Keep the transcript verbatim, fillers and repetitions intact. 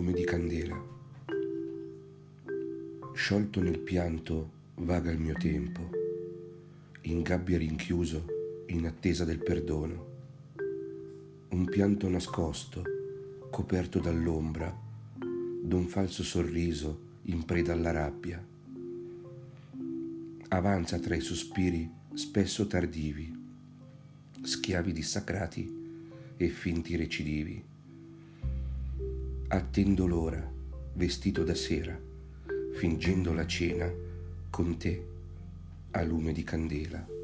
lume di candela. Sciolto nel pianto vaga il mio tempo, in gabbia rinchiuso in attesa del perdono. Un pianto nascosto, coperto dall'ombra, d'un falso sorriso in preda alla rabbia. Avanza tra i sospiri spesso tardivi, schiavi dissacrati e finti recidivi. Attendo l'ora, vestito da sera, fingendo la cena con te a lume di candela.